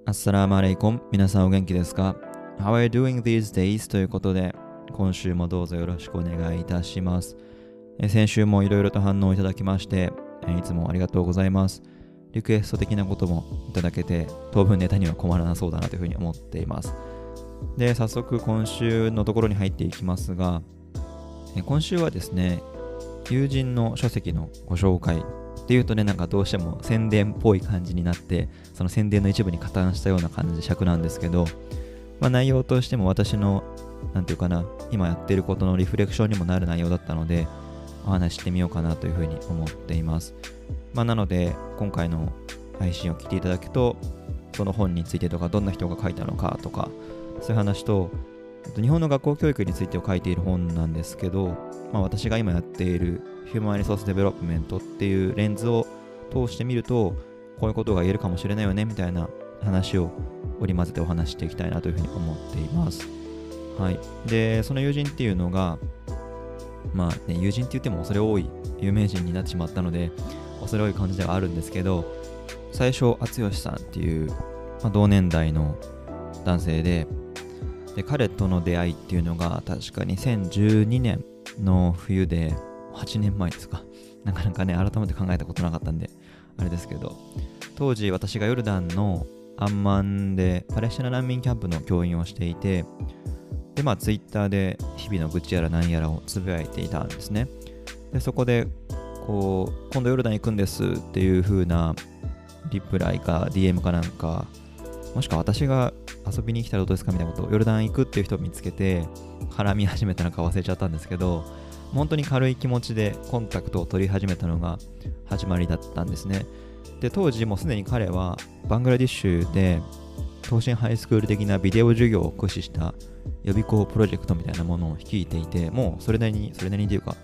アッサラームアレイコン。皆さんお元気ですか？ How are you doing these days? ということで、今週もどうぞよろしくお願いいたします。先週もいろいろと反応いただきまして、いつもありがとうございます。リクエスト的なこともいただけて、当分ネタには困らなそうだなというふうに思っています。で、早速今週のところに入っていきますが、今週はですね、友人の書籍のご紹介っていうとね、なんかどうしても宣伝っぽい感じになって、その宣伝の一部に加担したような感じで尺なんですけど、内容としても私の、なんていうかな、今やっていることのリフレクションにもなる内容だったので、お話ししてみようかなというふうに思っています。なので、今回の配信を聞いていただくと、その本についてとか、どんな人が書いたのかとか、そういう話と、日本の学校教育についてを書いている本なんですけど、私が今やっているヒューマンリソースデベロップメントっていうレンズを通してみると、こういうことが言えるかもしれないよねみたいな話を織り交ぜてお話していきたいなというふうに思っています。はい。で、その友人っていうのが、友人って言っても恐れ多い有名人になってしまったので、恐れ多い感じではあるんですけど、最初、厚吉さんっていう、同年代の男性で、彼との出会いっていうのが確か2012年の冬で、8年前ですか。なかなかね、改めて考えたことなかったんで、あれですけど、当時私がヨルダンのアンマンでパレスチナ難民キャンプの教員をしていて、で、ツイッターで日々の愚痴やら何やらをつぶやいていたんですね。で、そこで、今度ヨルダン行くんですっていう風なリプライか DM かなんか、もしくは私が遊びに来たらどうですかみたいなことをヨルダン行くっていう人を見つけて絡み始めたのか忘れちゃったんですけど、本当に軽い気持ちでコンタクトを取り始めたのが始まりだったんですね。で、当時もうすでに彼はバングラディッシュで東進ハイスクール的なビデオ授業を駆使した予備校プロジェクトみたいなものを率いていて、もうそれなりにというか、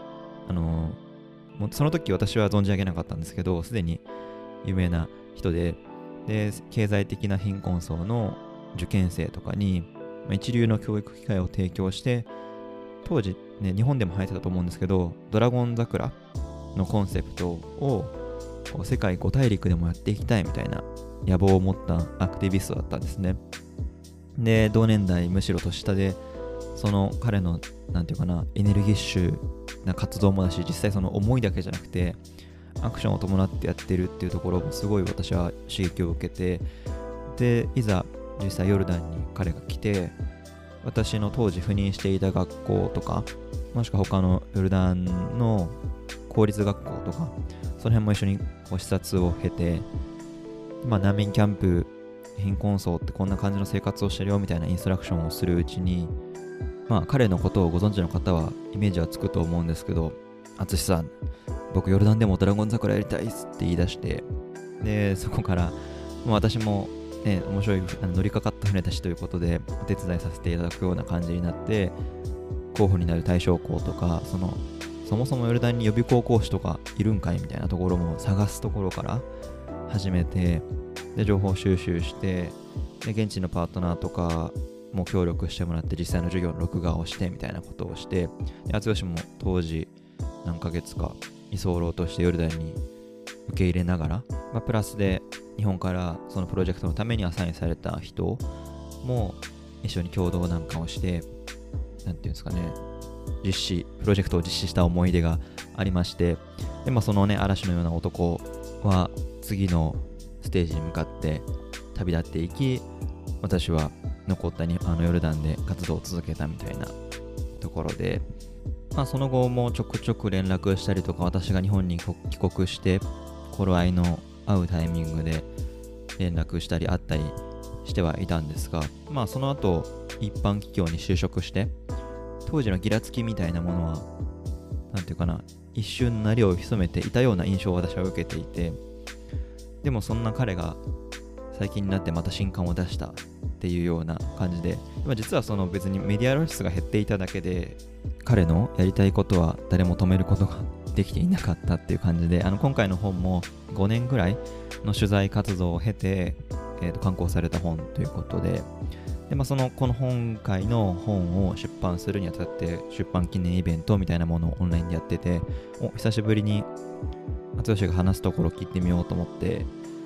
もうその時私は存じ上げなかったんですけど、すでに有名な人で、経済的な貧困層の受験生とかに一流の教育機会を提供して、当時ね、日本でも流行ってたと思うんですけど、ドラゴン桜のコンセプトを世界5大陸でもやっていきたいみたいな野望を持ったアクティビストだったんですね。で、同年代むしろ年下で、その彼のなんていうかな、エネルギッシュな活動もだし、実際その思いだけじゃなくてアクションを伴ってやってるっていうところもすごい私は刺激を受けて、で、いざ実際ヨルダンに彼が来て、私の当時赴任していた学校とか、もしくは他のヨルダンの公立学校とか、その辺も一緒に視察を経て、難民キャンプ、貧困層ってこんな感じの生活をしてるよみたいなインストラクションをするうちに、彼のことをご存知の方はイメージはつくと思うんですけど、淳さん、僕ヨルダンでもドラゴン桜やりたいっすって言い出して、で、そこから私もね、面白い乗りかかった船たちということでお手伝いさせていただくような感じになって、候補になる対象校とか、そもそもヨルダンに予備校講師とかいるんかいみたいなところも探すところから始めて、で、情報収集して、で、現地のパートナーとかも協力してもらって実際の授業の録画をしてみたいなことをして、厚吉も当時何ヶ月か居候としてヨルダンに受け入れながら、プラスで日本からそのプロジェクトのためにアサインされた人も一緒に共同なんかをして、なんていうんですかね、プロジェクトを実施した思い出がありまして、で、そのね、嵐のような男は次のステージに向かって旅立っていき、私は残ったヨルダンで活動を続けたみたいなところで、その後もちょくちょく連絡したりとか、私が日本に帰国して頃合いの会うタイミングで連絡したり会ったりしてはいたんですが、その後一般企業に就職して、当時のギラつきみたいなものはなんていうかな、一瞬なりを潜めていたような印象を私は受けていて、でもそんな彼が最近になってまた新刊を出したっていうような感じで、実はその別にメディア露出が減っていただけで、彼のやりたいことは誰も止めることができていなかったっていう感じで、今回の本も5年ぐらいの取材活動を経て、刊行された本ということで、で、この今回の本を出版するにあたって出版記念イベントみたいなものをオンラインでやってて、久しぶりに厚吉が話すところを聞いてみようと思って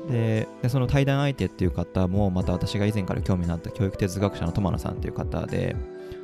でその対談相手っていう方もまた私が以前から興味のあった教育哲学者の友野さんっていう方で、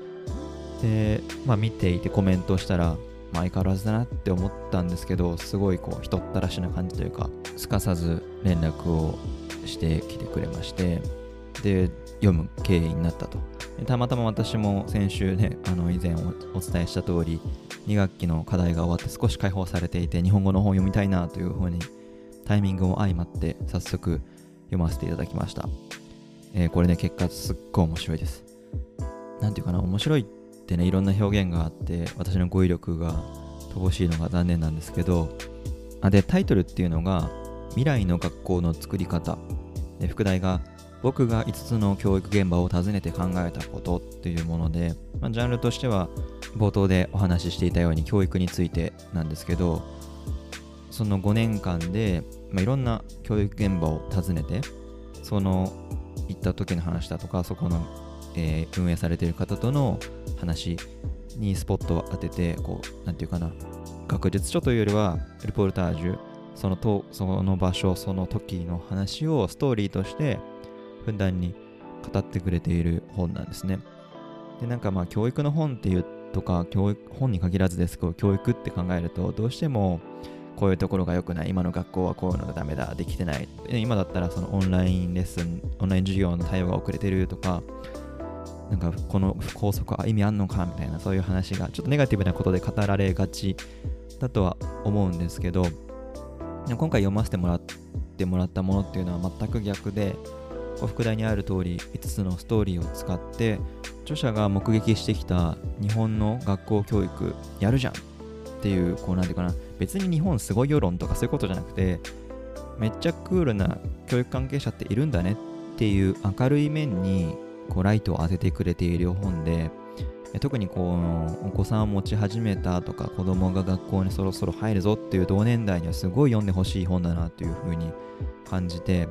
見ていてコメントをしたら、相変わらずだなって思ったんですけど、すごいこう人ったらしな感じというか、すかさず連絡をしてきてくれまして、で読む経緯になったと。たまたま私も先週ね、以前お伝えした通り2学期の課題が終わって少し解放されていて、日本語の本を読みたいなというふうにタイミングも相まって早速読ませていただきました。これね、結果すっごい面白いです。なんていうかな、面白いってね、いろんな表現があって私の語彙力が乏しいのが残念なんですけど、でタイトルっていうのが未来の学校の作り方で、副題が僕が5つの教育現場を訪ねて考えたことっていうもので、ジャンルとしては冒頭でお話ししていたように教育についてなんですけど、その5年間で、いろんな教育現場を訪ねて、その行った時の話だとか、そこの、運営されている方との話にスポットを当てて、こうなんていうかな、学術書というよりはルポルタージュ、その場所その時の話をストーリーとしてふんだんに語ってくれている本なんですね。でなんか教育の本っていうとか、本に限らずですけど、教育って考えるとどうしてもこういうところが良くない、今の学校はこういうのがダメだ、できてない、今だったらそのオンライン授業の対応が遅れてるとか、なんかこの校則は意味あんのかみたいな、そういう話がちょっとネガティブなことで語られがちだとは思うんですけど、今回読ませてもらったものっていうのは全く逆で、副題にある通り5つのストーリーを使って著者が目撃してきた日本の学校教育やるじゃんっていう、こうなんていうかな、別に日本すごい世論とかそういうことじゃなくて、めっちゃクールな教育関係者っているんだねっていう明るい面にこうライトを当ててくれている本で、特にこうお子さんを持ち始めたとか、子供が学校にそろそろ入るぞっていう同年代にはすごい読んでほしい本だなというふうに感じて、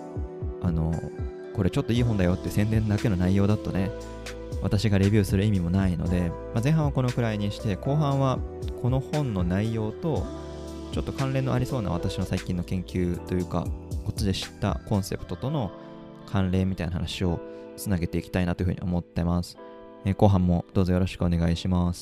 これちょっといい本だよって宣伝だけの内容だとね、私がレビューする意味もないので、前半はこのくらいにして、後半はこの本の内容とちょっと関連のありそうな私の最近の研究というか、こっちで知ったコンセプトとの関連みたいな話をつなげていきたいなというふうに思ってます。後半もどうぞよろしくお願いします。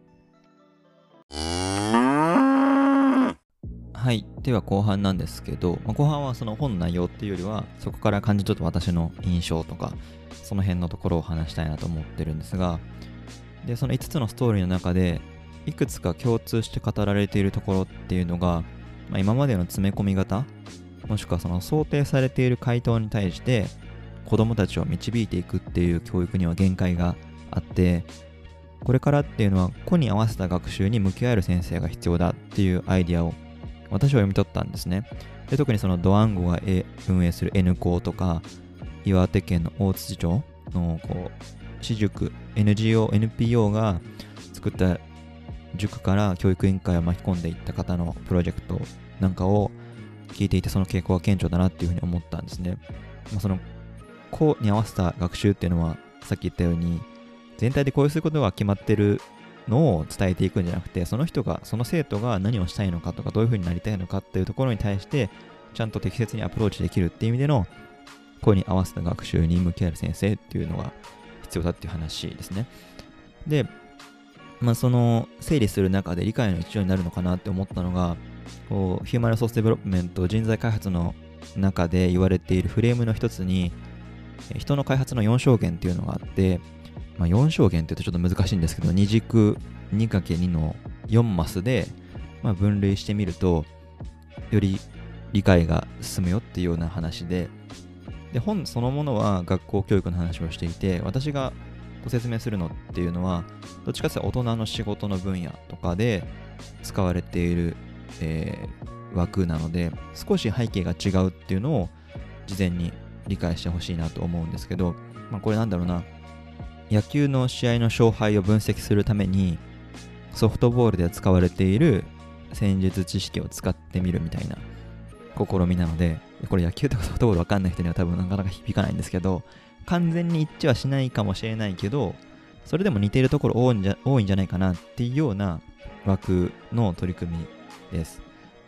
はい、では後半なんですけど、後半はその本の内容っていうよりは、そこから感じ取った私の印象とか、その辺のところを話したいなと思ってるんですが、でその5つのストーリーの中でいくつか共通して語られているところっていうのが、今までの詰め込み型、もしくはその想定されている回答に対して子どもたちを導いていくっていう教育には限界があって、これからっていうのは個に合わせた学習に向き合える先生が必要だっていうアイディアを私は読み取ったんですね。で特にそのドワンゴが運営する N 校とか、岩手県の大槌町の私塾 NPO が作った塾から教育委員会を巻き込んでいった方のプロジェクトなんかを聞いていて、その傾向が顕著だなっていうふうに思ったんですね。その子に合わせた学習っていうのは、さっき言ったように全体でこうすることが決まってるのを伝えていくんじゃなくて、その生徒が何をしたいのかとか、どういう風になりたいのかっていうところに対してちゃんと適切にアプローチできるっていう意味での子に合わせた学習に向き合える先生っていうのが必要だっていう話ですね。で、その整理する中で理解の一助になるのかなって思ったのが、ヒューマンリソースデベロップメント、人材開発の中で言われているフレームの一つに、人の開発の4象限っていうのがあって、4象限って言うとちょっと難しいんですけど、2軸 2×2 の4マスで、分類してみるとより理解が進むよっていうような話で、本そのものは学校教育の話をしていて、私がご説明するのっていうのはどっちかというと大人の仕事の分野とかで使われている、枠なので、少し背景が違うっていうのを事前に理解してほしいなと思うんですけど、これなんだろうな、野球の試合の勝敗を分析するためにソフトボールで使われている戦術知識を使ってみるみたいな試みなので、これ野球とかソフトボール分かんない人には多分なかなか響かないんですけど、完全に一致はしないかもしれないけど、それでも似ているところ多いんじゃないかなっていうような枠の取り組みです。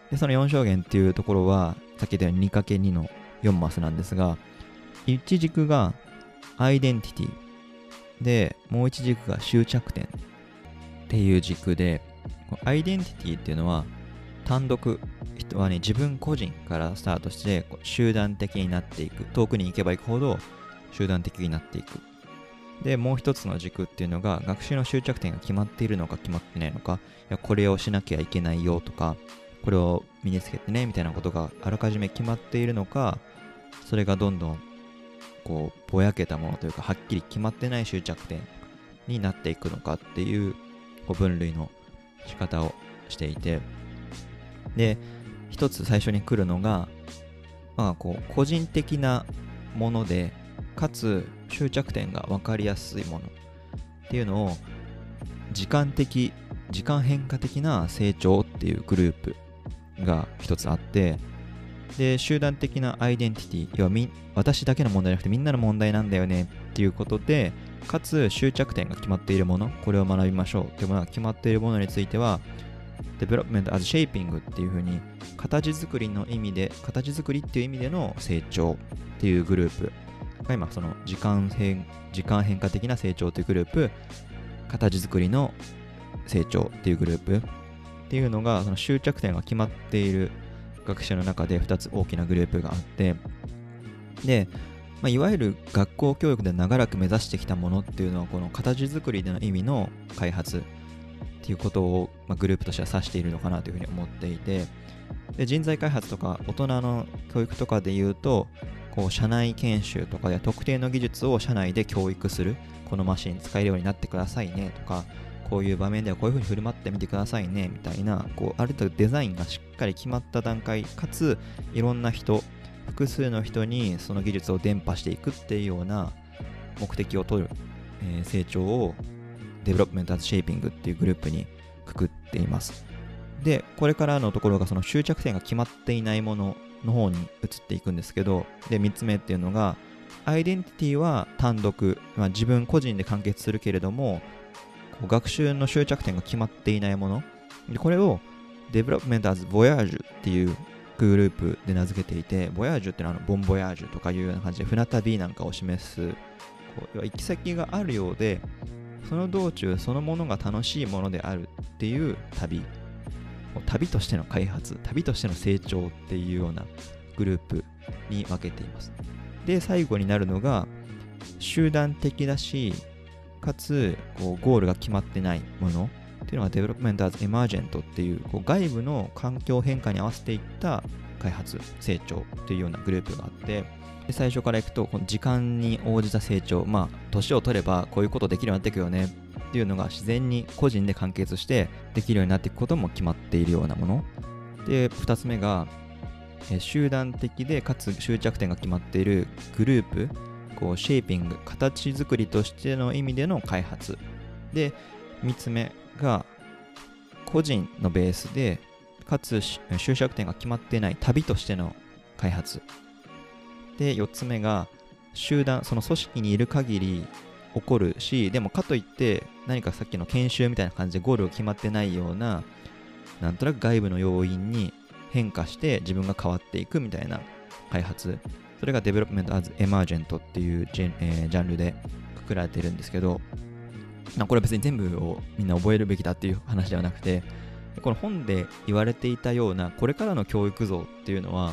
で、その4象限っていうところは、さっき言ったように 2×2 の4マスなんですが、1軸がアイデンティティで、もう1軸が終着点っていう軸で、アイデンティティっていうのは単独、人はね、自分個人からスタートして集団的になっていく。遠くに行けば行くほど集団的になっていく。で、もう一つの軸っていうのが、学習の終着点が決まっているのか決まってないのか、いや、これをしなきゃいけないよとか、これを身につけてねみたいなことがあらかじめ決まっているのか、それがどんどんこうぼやけたものというか、はっきり決まってない終着点になっていくのかっていう分類の仕方をしていて、で、一つ最初に来るのが、こう個人的なもので、かつ終着点が分かりやすいものっていうのを、時間変化的な成長っていうグループが一つあって、で、集団的なアイデンティティ、要は私だけの問題じゃなくてみんなの問題なんだよねっていうことで、かつ終着点が決まっているもの、これを学びましょうっていうものが決まっているものについては、Development as Shaping っていう風に、形作りっていう意味での成長っていうグループが今、その時間変化的な成長というグループ、形作りの成長っていうグループっていうのが、その終着点が決まっている学習の中で2つ大きなグループがあって、で、いわゆる学校教育で長らく目指してきたものっていうのは、この形作りでの意味の開発っていうことを、グループとしては指しているのかなというふうに思っていて、で、人材開発とか大人の教育とかで言うと、こう社内研修とかで特定の技術を社内で教育する、このマシン使えるようになってくださいねとか、こういう場面ではこういうふうに振る舞ってみてくださいねみたいな、こうある程度デザインがしっかり決まった段階、かついろんな人、複数の人にその技術を伝播していくっていうような目的を取る、成長を Development as Shaping っていうグループにくくっています。で、これからのところがその終着点が決まっていないものの方に移っていくんですけど、で、3つ目っていうのが、アイデンティティは単独、自分個人で完結するけれども、学習の終着点が決まっていないもの。で、これを Development as Voyage っていうグループで名付けていて、Voyage っていうのはボンボヤージュとかいうような感じで船旅なんかを示す、行き先があるようで、その道中そのものが楽しいものであるっていう旅としての開発、旅としての成長っていうようなグループに分けています。で、最後になるのが集団的だし、かつゴールが決まってないものっていうのが Development as Emergent っていう、外部の環境変化に合わせていった開発、成長っていうようなグループがあって、で、最初からいくとこの時間に応じた成長、年を取ればこういうことできるようになっていくよねっていうのが自然に個人で完結してできるようになっていくことも決まっているようなもので、2つ目が集団的でかつ終着点が決まっているグループ、シェイピング、形作りとしての意味での開発で、3つ目が個人のベースでかつ終着点が決まっていない旅としての開発で、4つ目が集団、その組織にいる限り起こるし、でもかといって何かさっきの研修みたいな感じでゴールが決まってないような、なんとなく外部の要因に変化して自分が変わっていくみたいな開発、それが Development as Emergent っていうジャンルでくくられているんですけど、これは別に全部をみんな覚えるべきだっていう話ではなくて、この本で言われていたようなこれからの教育像っていうのは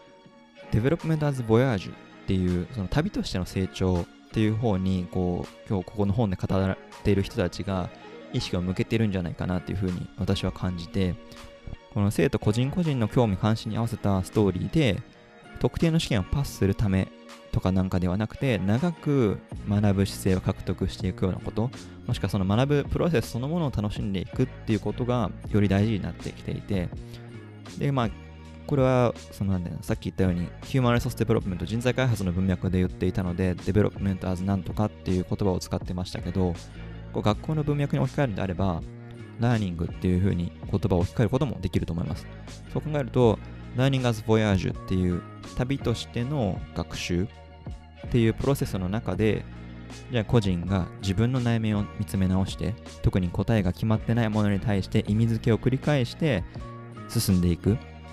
Development as Voyage っていう、その旅としての成長っていう方に今日ここの本で語られている人たちが意識を向けているんじゃないかなっていうふうに私は感じて、この生徒個人個人の興味関心に合わせたストーリーで特定の試験をパスするためとかなんかではなくて、長く学ぶ姿勢を獲得していくようなこと、もしくはその学ぶプロセスそのものを楽しんでいくっていうことがより大事になってきていて、で、これはさっき言ったようにヒューマンリソースデベロップメント、人材開発の文脈で言っていたので、デベロップメント as なんとかっていう言葉を使ってましたけど、学校の文脈に置き換えるのであれば、ラーニングっていう風に言葉を置き換えることもできると思います。そう考えると、ラーニング as Voyage っていう旅としての学習っていうプロセスの中で、じゃあ個人が自分の内面を見つめ直して、特に答えが決まってないものに対して意味付けを繰り返して進んでいく。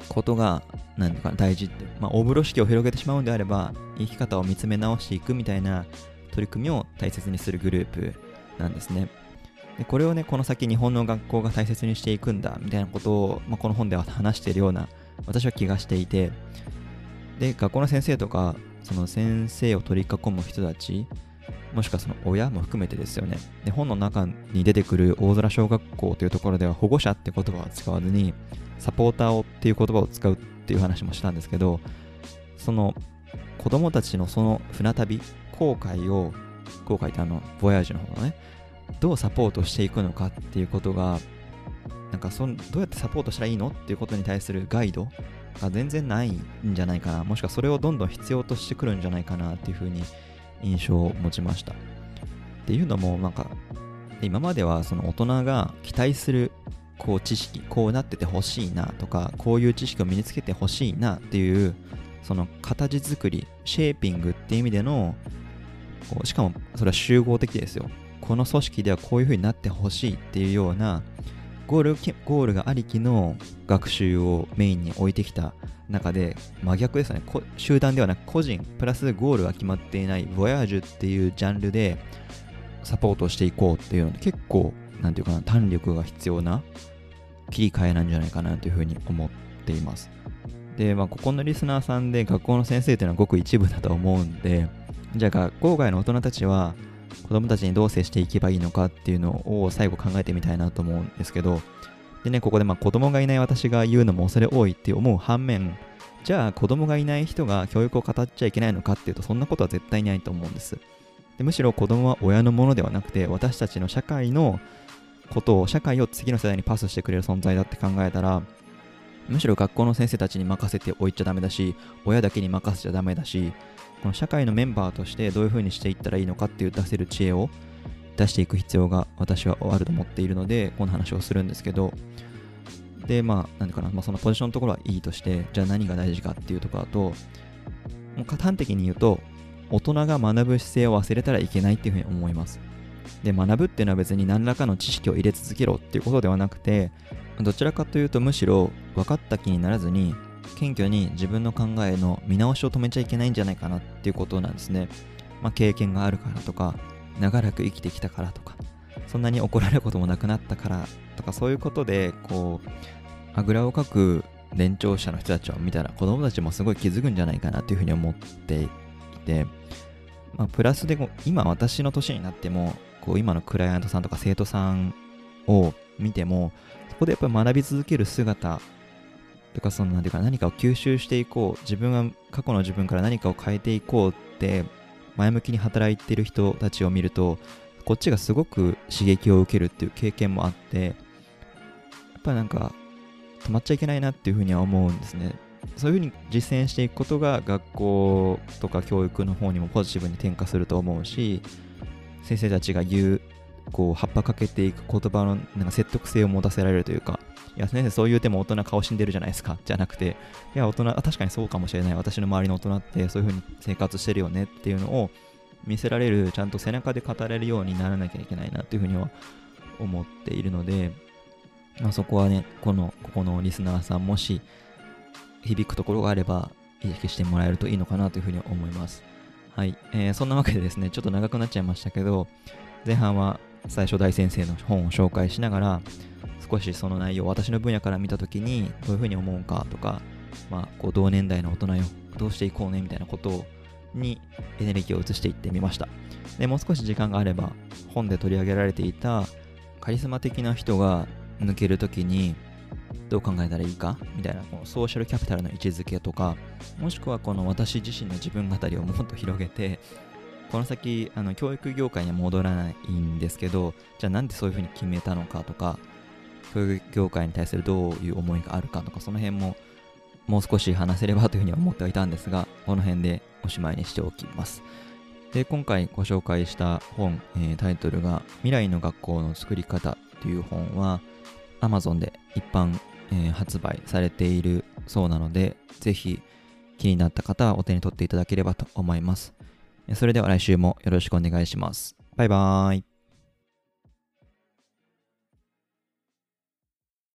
ことがなんていうか大事って、大風呂敷を広げてしまうんであれば生き方を見つめ直していくみたいな取り組みを大切にするグループなんですね。でこれをね、この先日本の学校が大切にしていくんだみたいなことを、この本では話しているような私は気がしていて、で学校の先生とかその先生を取り囲む人たち、もしくはその親も含めてですよね。で本の中に出てくる大空小学校というところでは保護者って言葉を使わずにサポーターをっていう言葉を使うっていう話もしたんですけど、その子供たちのその船旅航海ってボヤージュの方のね、どうサポートしていくのかっていうことがどうやってサポートしたらいいのっていうことに対するガイドが全然ないんじゃないかな、もしくはそれをどんどん必要としてくるんじゃないかなっていうふうに印象を持ちました。っていうのも今まではその大人が期待する知識、こうなっててほしいなとか、こういう知識を身につけてほしいなっていうその形作り、シェーピングっていう意味でのしかもそれは集合的ですよ。この組織ではこういう風になってほしいっていうようなゴールがありきの学習をメインに置いてきた中で真逆ですよね。集団ではなく個人プラスゴールが決まっていないボヤージュっていうジャンルでサポートしていこうっていうので、結構胆力が必要な切り替えなんじゃないかなというふうに思っています。で、ここのリスナーさんで学校の先生というのはごく一部だと思うんで、じゃあ学校外の大人たちは子供たちにどう接していけばいいのかっていうのを最後考えてみたいなと思うんですけど、でね、ここで子供がいない私が言うのも恐れ多いって思う反面、じゃあ子供がいない人が教育を語っちゃいけないのかっていうと、そんなことは絶対ないと思うんです。でむしろ子供は親のものではなくて、私たちの社会を次の世代にパスしてくれる存在だって考えたら、むしろ学校の先生たちに任せておいちゃダメだし、親だけに任せちゃダメだし、この社会のメンバーとしてどういう風にしていったらいいのかっていう出せる知恵を出していく必要が私はあると思っているので、この話をするんですけど、でそのポジションのところはいいとして、じゃあ何が大事かっていうところだと、もう端的に言うと、大人が学ぶ姿勢を忘れたらいけないっていうふうに思います。で学ぶっていうのは別に何らかの知識を入れ続けろっていうことではなくて、どちらかというとむしろ分かった気にならずに謙虚に自分の考えの見直しを止めちゃいけないんじゃないかなっていうことなんですね。経験があるからとか、長らく生きてきたからとか、そんなに怒られることもなくなったからとか、そういうことであぐらをかく年長者の人たちを見たら子供たちもすごい気づくんじゃないかなというふうに思っていて、プラスで今私の年になっても今のクライアントさんとか生徒さんを見ても、そこでやっぱり学び続ける姿とか、何かを吸収していこう、過去の自分から何かを変えていこうって前向きに働いている人たちを見ると、こっちがすごく刺激を受けるっていう経験もあって、やっぱり止まっちゃいけないなっていうふうには思うんですね。そういうふうに実践していくことが学校とか教育の方にもポジティブに転化すると思うし、先生たちが言う葉っぱかけていく言葉の説得性を持たせられるというか、いや先生そう言うても大人顔死んでるじゃないですかじゃなくて、いや大人確かにそうかもしれない、私の周りの大人ってそういう風に生活してるよねっていうのを見せられる、ちゃんと背中で語れるようにならなきゃいけないなっていう風には思っているので、そこはね、ここのリスナーさんもし響くところがあれば意識してもらえるといいのかなという風に思います。はい、そんなわけでですね、ちょっと長くなっちゃいましたけど、前半は最初大先生の本を紹介しながら、少しその内容を私の分野から見たときにどういうふうに思うかとか、同年代の大人よどうしていこうねみたいなことにエネルギーを移していってみました。でもう少し時間があれば、本で取り上げられていたカリスマ的な人が抜けるときにどう考えたらいいかみたいな、このソーシャルキャピタルの位置づけとか、もしくはこの私自身の自分語りをもっと広げて、この先教育業界には戻らないんですけど、じゃあなんでそういうふうに決めたのかとか、教育業界に対するどういう思いがあるかとか、その辺ももう少し話せればというふうに思ってはいたんですが、この辺でおしまいにしておきます。で、今回ご紹介した本、タイトルが未来の学校の作り方という本は Amazon で一般、発売されているそうなので、ぜひ気になった方はお手に取っていただければと思います。それでは来週もよろしくお願いします。バイバーイ。